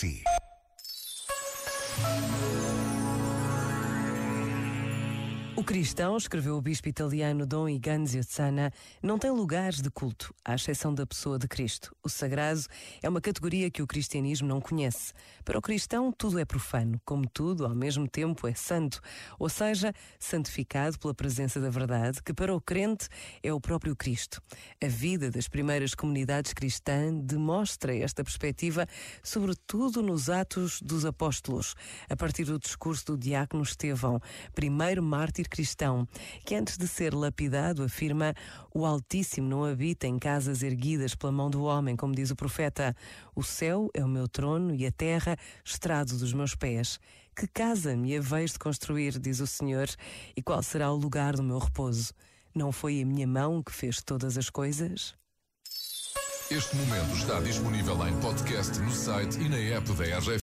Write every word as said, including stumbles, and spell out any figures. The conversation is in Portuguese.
si. O cristão, escreveu o bispo italiano Dom Ignazio Zana, não tem lugares de culto, à exceção da pessoa de Cristo. O sagrado é uma categoria que o cristianismo não conhece. Para o cristão, tudo é profano, como tudo, ao mesmo tempo, é santo, ou seja, santificado pela presença da verdade, que para o crente é o próprio Cristo. A vida das primeiras comunidades cristãs demonstra esta perspectiva, sobretudo nos Atos dos Apóstolos, a partir do discurso do diácono Estevão, primeiro mártir cristão, que antes de ser lapidado afirma: o Altíssimo não habita em casas erguidas pela mão do homem, como diz o profeta. O céu é o meu trono e a terra estrado dos meus pés. Que casa me haveis de construir, diz o Senhor, e qual será o lugar do meu repouso? Não foi a minha mão que fez todas as coisas? Este momento está disponível em podcast no site e na app da R G F.